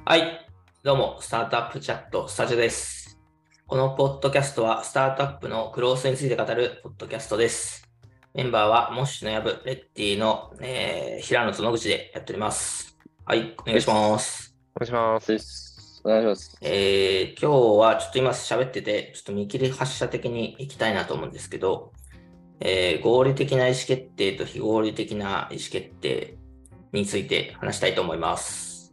はい。どうも、スタートアップチャット、スタジオです。このポッドキャストは、スタートアップのクロースについて語るポッドキャストです。メンバーは、モッシュのヤブ、レッティの、平野と野口でやっております。はい、お願いしまです。 す。 お願いしまはい。 す。 お願いします。 今日はちょっと今喋ってて、ちょっと見切り発車的に行きたいなと思うんですけど、合理的な意思決定と非合理的な意思決定について話したいと思います。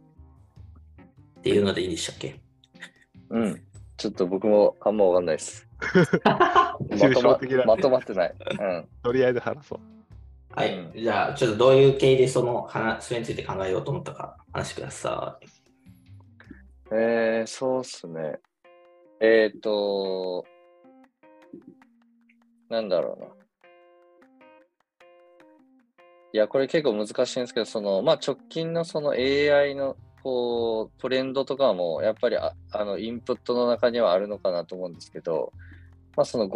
っていうのでいいでしたっけ？ うん。ちょっと僕もあんまわかんないです。 抽象的な、 まとまってない。うん。 とりあえず話そう。 はい。 うん。 じゃあ、ちょっとどういう経緯でそれについて考えようと思ったか話してください。 そうっすね。えーと、なんだろうな。いや、これ結構難しいんですけど、直近のその AI のトレンドとかも、やっぱりインプットの中にはあるのかなと思うんですけど、その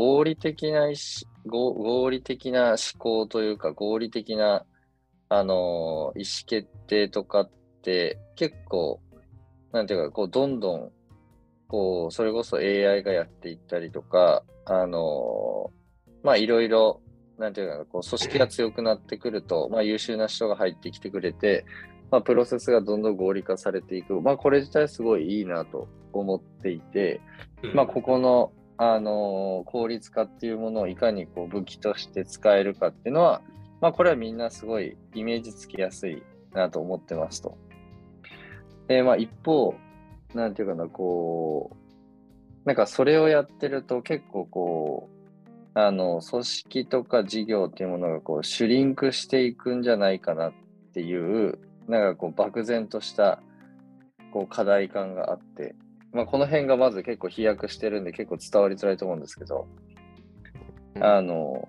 合理的な思考というか、合理的な、意思決定とかって結構、なんていうか、どんどん、それこそ AI がやっていったりとか、いろいろ、なんていうかな、組織が強くなってくると、優秀な人が入ってきてくれて、プロセスがどんどん合理化されていく。これ自体すごいいいなと思っていて、ここの、効率化っていうものをいかに武器として使えるかっていうのは、これはみんなすごいイメージつきやすいなと思ってますと。で、一方、なんていうかな、なんかそれをやってると結構組織とか事業っていうものがシュリンクしていくんじゃないかなっていう、なんか漠然とした課題感があって、この辺がまず結構飛躍してるんで結構伝わりづらいと思うんですけど、 うんあの、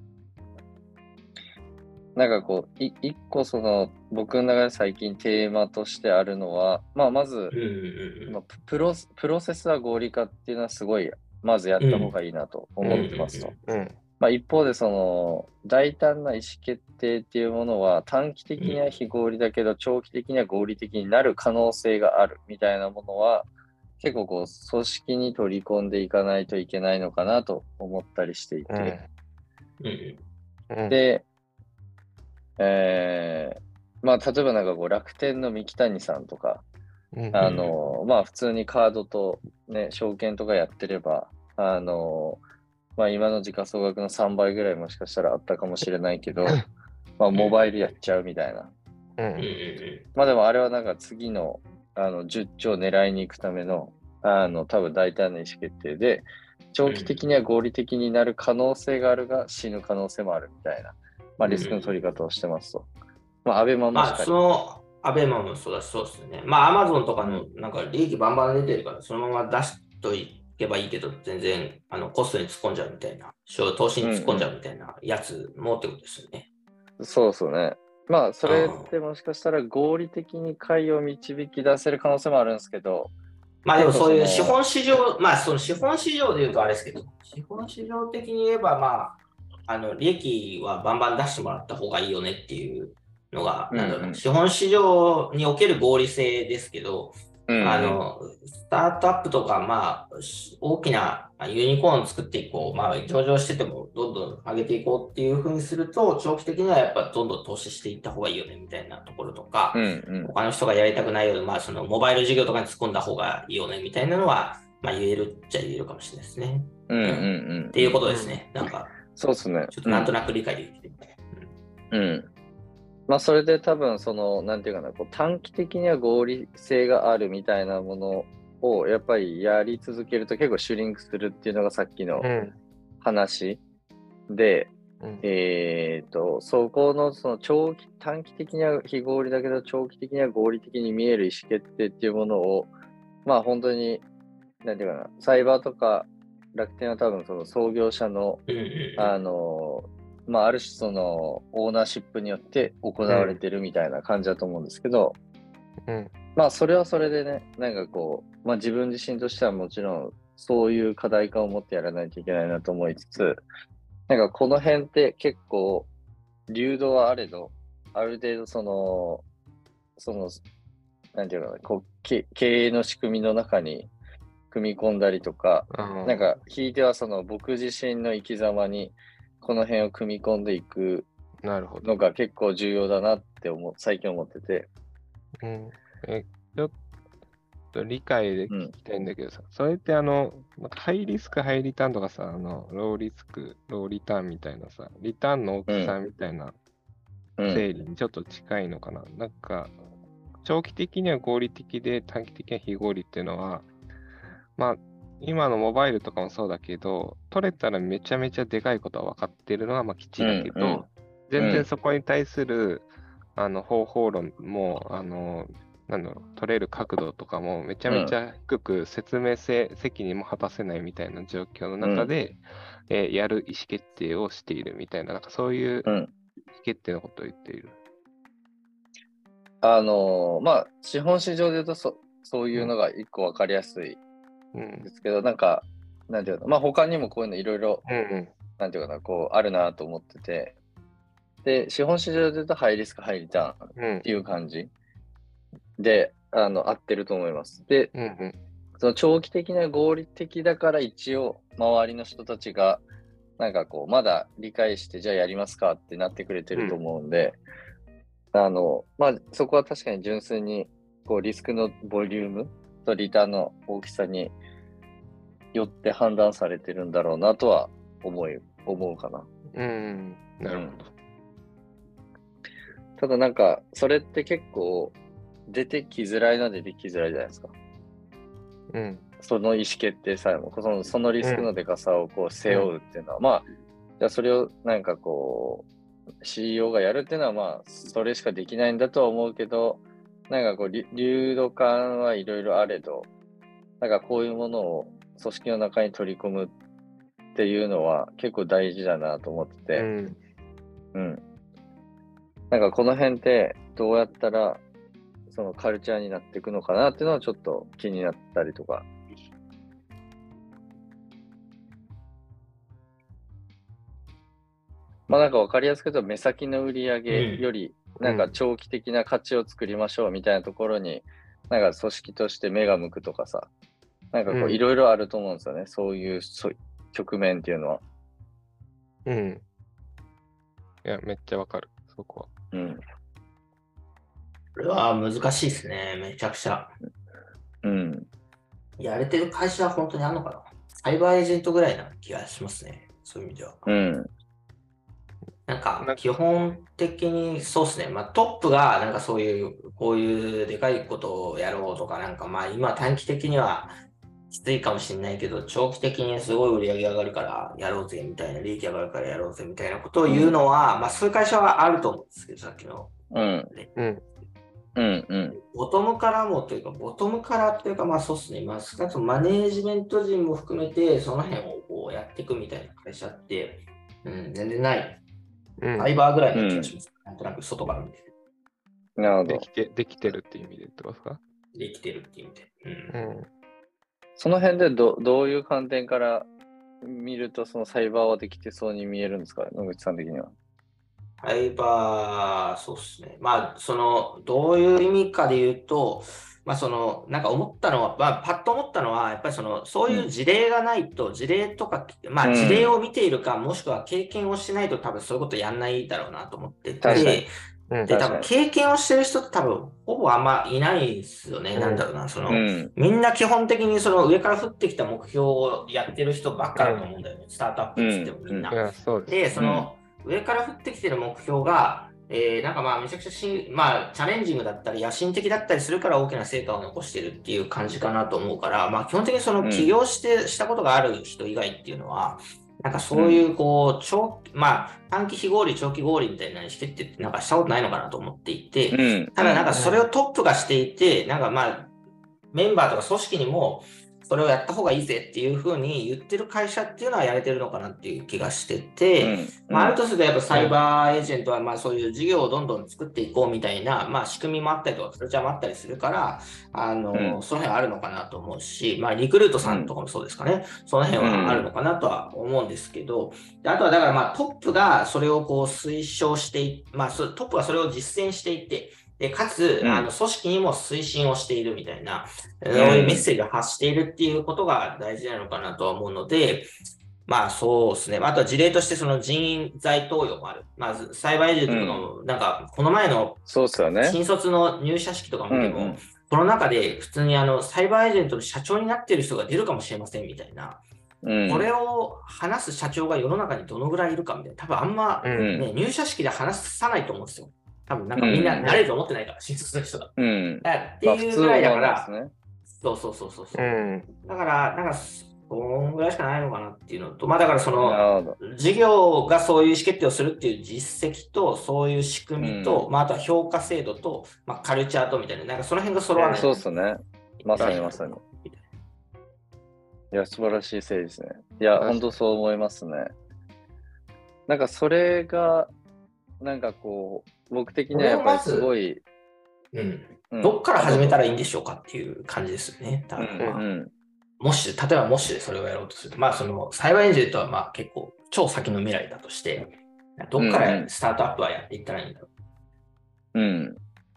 なんか一個僕の中で最近テーマとしてあるのは、まず、プロセスは合理化っていうのはすごい、まずやった方がいいなと思ってますと。 うん。 一方で、大胆な意思決定っていうものは、短期的には非合理だけど、長期的には合理的になる可能性があるみたいなものは、結構組織に取り込んでいかないといけないのかなと思ったりしていて。で、例えばなんか楽天の三木谷さんとか、普通にカードとね、証券とかやってれば、今の時価総額の3倍ぐらいもしかしたらあったかもしれないけど、モバイルやっちゃうみたいな。でもあれはなんか次の10兆狙いに行くための、多分大胆な意思決定で、長期的には合理的になる可能性があるが死ぬ可能性もあるみたいな、リスクの取り方をしてますと。アベマもしかり。 アベマもそうだし、そうですよね。アマゾンとかのなんか利益バンバン出てるから、そのまま出しといけばいいけど、全然コストに突っ込んじゃうみたいな、投資に突っ込んじゃうみたいなやつもってことですよね。 そうそうね。それってもしかしたら合理的に解を導き出せる可能性もあるんですけど、 でもそういう資本市場、その資本市場で言うとあれですけど、資本市場的に言えば、利益はバンバン出してもらった方がいいよねっていうのが、なんだろうな、資本市場における合理性ですけど、スタートアップとか、大きなユニコーンを作っていこう、上場しててもどんどん上げていこうっていうふうにすると、長期的にはやっぱどんどん投資していった方がいいよねみたいなところとか、他の人がやりたくないような、そのモバイル事業とかに突っ込んだ方がいいよねみたいなのは、言えるっちゃ言えるかもしれないですね。っていうことですね。なんか、 そうですね。 ちょっとなんとなく理解できてる。 それで多分なんていうかな、短期的には合理性があるみたいなものをやっぱりやり続けると結構シュリンクするっていうのがさっきの話で、そこの短期的には非合理だけど長期的には合理的に見える意思決定っていうものを、本当に、なんていうかな、サイバーとか楽天は多分その創業者の、ある種オーナーシップによって行われてるみたいな感じだと思うんですけど、それはそれでね、なんか自分自身としてはもちろんそういう課題感を持ってやらないといけないなと思いつつ、なんかこの辺って結構流動はあれど、ある程度なんていうのかな、こう、経営の仕組みの中に組み込んだりとか、なんか、ひいてはその僕自身の生き様にこの辺を組み込んでいくなるほど。 のが結構重要だなって最近思ってて。 ちょっと理解で聞きたいんだけどさ、それってなんかハイリスク、ハイリターンとかさ、ローリスク、ローリターンみたいなさ、リターンの大きさみたいな整理にちょっと近いのかな。なんか、長期的には合理的で短期的には非合理っていうのは、まあ、今のモバイルとかもそうだけど、取れたらめちゃめちゃでかいことは分かってるのは基地だけど、全然そこに対する方法論も、なんだろう、取れる角度とかもめちゃめちゃ低く説明責任も果たせないみたいな状況の中で、やる意思決定をしているみたいな、なんかそういう意思決定のことを言っている。 まあ、資本市場で言うとそういうのが一個わかりやすいですけど、なんか、なんていうの、まあ他にもこういうのいろいろ、なんていうかな、こうあるなと思ってて、で、資本市場で言うとハイリスク、ハイリターンっていう感じで、合ってると思います。で、その長期的な合理的だから一応、周りの人たちが、なんかこう、まだ理解して、じゃあやりますかってなってくれてると思うんで、まあ、そこは確かに純粋に、こう、リスクのボリュームとリターンの大きさによって判断されてるんだろうなとは思うかな。 なるほど。 ただなんか、それって結構、出てきづらいので出きづらいじゃないですか。その意思決定さえも、そのリスクのでかさをこう背負うっていうのは、まあ、じゃあそれをなんかこう、CEO がやるっていうのはまあ、それしかできないんだとは思うけど、なんかこう、流動感はいろいろあれど、なんかこういうものを組織の中に取り込むっていうのは結構大事だなと思ってて、なんかこの辺ってどうやったらそのカルチャーになっていくのかなっていうのはちょっと気になったりとか。まあなんか分かりやすく言うと目先の売り上げよりなんか長期的な価値を作りましょうみたいなところになんか組織として目が向くとかさ、なんかこういろいろあると思うんですよね、そういう局面っていうのは。 いや、めっちゃわかる、そこは。 これは難しいですね、めちゃくちゃ。やれてる会社は本当にあるのかな。サイバーエージェントぐらいな気がしますね、そういう意味では。なんか基本的にそうですね、まあ、トップがなんかそういうこういうでかいことをやろうとか、なんかまあ今短期的にはきついかもしれないけど、長期的にすごい売り上げ上がるからやろうぜみたいな、利益上がるからやろうぜみたいなことを言うのは、まあそういう会社はあると思うんですけど、さっきの。ボトムからもというか、ボトムからというか、まあそうですね、まあ少なくともマネージメント陣も含めて、その辺をこうやっていくみたいな会社って、全然ない。サイバーぐらいの気がします。なんとなく外から見て。 なるほど。 できてるっていう意味で言ってますか？ できてるっていう意味で。 その辺でどういう観点から見ると、そのサイバーはできてそうに見えるんですか、野口さん的には。 サイバー、そうですね。まあ、どういう意味かで言うと、まあ、なんか思ったのは、まあ、パッと思ったのは、やっぱりそういう事例がないと、事例とか、まあ、事例を見ているか、もしくは経験をしないと多分そういうことやんないだろうなと思ってて、で、多分経験をしてる人って多分、ほぼあんまいないですよね。なんだろうな、みんな基本的に上から降ってきた目標をやってる人ばっかだと思うんだよね。スタートアップって言ってもみんな。で、上から降ってきてる目標が、なんかまあめちゃくちゃまあチャレンジングだったり野心的だったりするから大きな成果を残してるっていう感じかなと思うから、まあ基本的に起業したことがある人以外っていうのは、なんかそういうまあ短期非合理、長期合理みたいな意思決定ってなんかしたことないのかなと思っていて、ただなんかそれをトップがしていて、なんかまあメンバーとか組織にもそれをやった方がいいぜっていうふうに言ってる会社っていうのはやれてるのかなっていう気がしてて、まあ、あるとするとやっぱサイバーエージェントはまあそういう事業をどんどん作っていこうみたいな、まあ、仕組みもあったりとか、カルチャーもあったりするから、その辺はあるのかなと思うし、まあ、リクルートさんとかもそうですかね、その辺はあるのかなとは思うんですけど、あとはだからまあトップがそれをこう推奨して、まあ、トップがそれを実践していて、 で、かつ、 うん組織にも推進をしているみたいな、そういうメッセージを発しているっていうことが大事なのかなとは思うので、まあそうですね。あとは事例としてその人材登用もある。まず、サイバーエージェントとかも、なんか、この前のそうっすよね。 新卒の入社式とか見ても、 うんうんこの中で普通にサイバーエージェントの社長になっている人が出るかもしれませんみたいな。これを話す社長が世の中にどのぐらいいるかみたいな。多分あんま、ね、入社式で話さないと思うんですよ。多分なんかみんな慣れると思ってないから、新卒の人が。っていうぐらいだから、そう。だから、なんか、そんぐらいしかないのかなっていうのと、まあだからその、事業がそういう意思決定をするっていう実績と、そういう仕組みと、まああとは評価制度と、まあカルチャーとみたいな、なんかその辺が揃わない。 そうですね。まさに。いや、素晴らしいせいですね。いや、本当そう思いますね。なんかそれが、なんかこう、僕的にはやっぱりすごい、 どっから始めたらいいんでしょうかっていう感じですよね。例えばもしでそれをやろうとすると、まあそのサイバーエンジェルとはまあ結構超先の未来だとして、どっからスタートアップはやっていったらいいんだろう。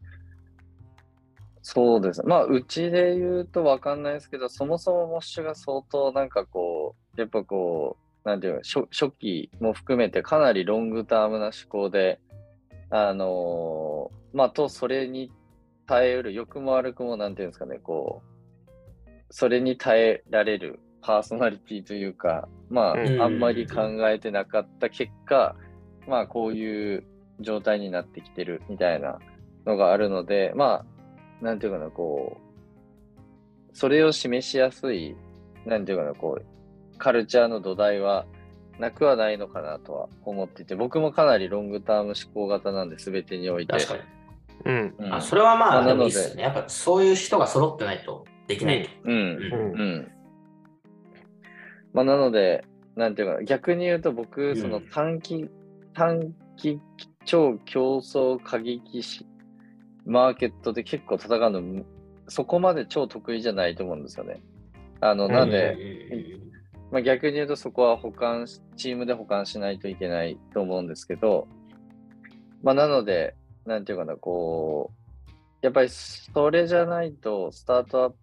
そうです。まあ、うちで言うとわかんないですけど、そもそもモッシュが相当なんかこう、やっぱこう、なんていうの、初期も含めてかなりロングタームな思考で、まあ、それに耐えうる、良くも悪くも、なんていうんですかね、こう、それに耐えられるパーソナリティというか、まあ、あんまり考えてなかった結果、まあ、こういう状態になってきてるみたいなのがあるので、まあ、なんていうかな、こう、それを示しやすい、なんていうかな、こう、カルチャーの土台はなくはないのかなとは思っていて、僕もかなりロングターム思考型なんで、全てにおいて。 確かに。それはまあ、でもいいっすよね。やっぱそういう人が揃ってないとできないと。 まあ、なので、なんていうかな、逆に言うと僕、その短期超競争過激マーケットで結構戦うの、そこまで超得意じゃないと思うんですよね。なんで、まあ、逆に言うとそこはチームで補完しないといけないと思うんですけど、まあ、なので、なんていうかな、こう、やっぱりそれじゃないと、スタートアッ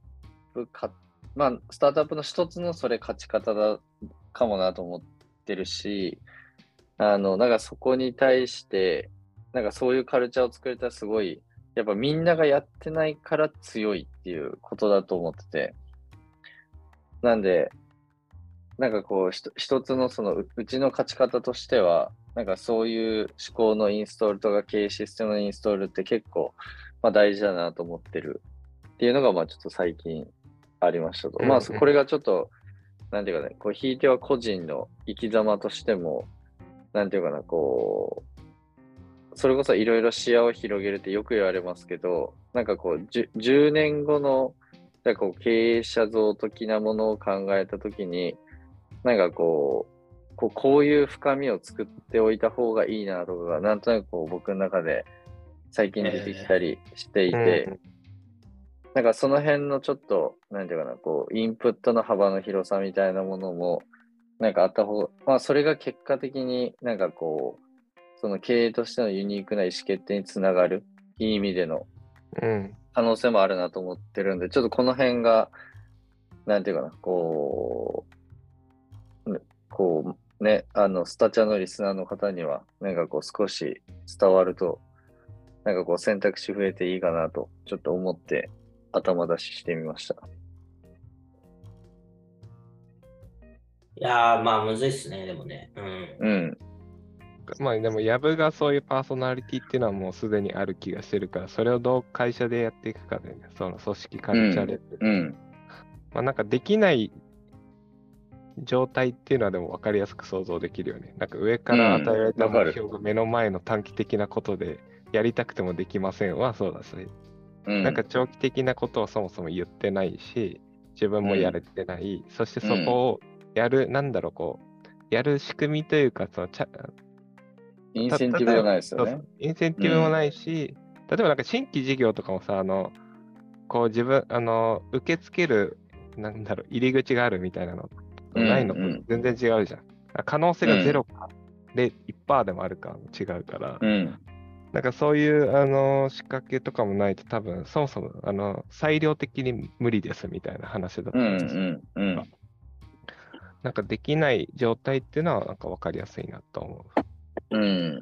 プの一つのそれ勝ち方だかもなと思ってるし、なんかそこに対して、なんかそういうカルチャーを作れたらすごい、やっぱみんながやってないから強いっていうことだと思ってて。なんで、なんかこう、一つのそのうちの勝ち方としては、なんかそういう思考のインストールとか経営システムのインストールって結構、まあ大事だなと思ってるっていうのが、まあちょっと最近ありましたと。まあこれがちょっと、なんていうかね、こう、ひいては個人の生き様としても、なんていうかな、こう、それこそいろいろ視野を広げるってよく言われますけど、なんかこう、10年後の、なんかこう経営者像的なものを考えたときに、なんかこういう深みを作っておいた方がいいなとかが、なんとなくこう僕の中で最近出てきたりしていて、なんかその辺のちょっと、なんていうかな、こう、インプットの幅の広さみたいなものも、なんかあった方が、まあそれが結果的になんかこう、その経営としてのユニークな意思決定につながる、いい意味での可能性もあるなと思ってるんで、ちょっとこの辺が、なんていうかな、こうね、スタチャのリスナーの方には、なんかこう少し伝わると、なんかこう選択肢増えていいかなと、ちょっと思って頭出ししてみました。 いやー、まあ、むずいっすね、でもね。 まあでも、ヤブがそういうパーソナリティっていうのはもうすでにある気がしてるから、それをどう会社でやっていくかでね、その組織カルチャーレベル。まあなんかできない状態っていうのはでも分かりやすく想像できるよね。なんか上から与えられた目標が目の前の短期的なことでやりたくてもできませんはそうだし、なんか長期的なことをそもそも言ってないし、自分もやれてない。そしてそこをやる、なんだろう、こう、やる仕組みというか、そのインセンティブがないですよね。 インセンティブもないし、例えばなんか新規事業とかもさ、こう自分、受け付ける、なんだろう、入り口があるみたいなのないのと全然違うじゃん。可能性が0か、1%でもあるか違うから、 なんかそういう仕掛けとかもないと多分そもそも裁量的に無理ですみたいな話だったんです。なんかできない状態っていうのはなんか分かりやすいなと思う。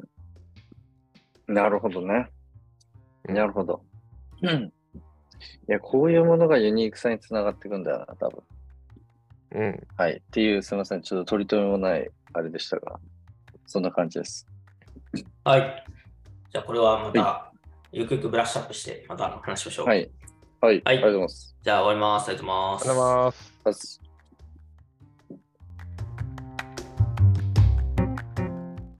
なるほどね。なるほど。いや、こういうものがユニークさにつながっていくんだよな、多分。はい。っていう、すみません。ちょっと取り留めもないあれでしたが、そんな感じです。 はい。じゃあこれはまた、ゆくゆくブラッシュアップしてまた話しましょう。 はい。はい。ありがとうございます。 じゃあ終わります。ありがとうございます。 ありがとうございます。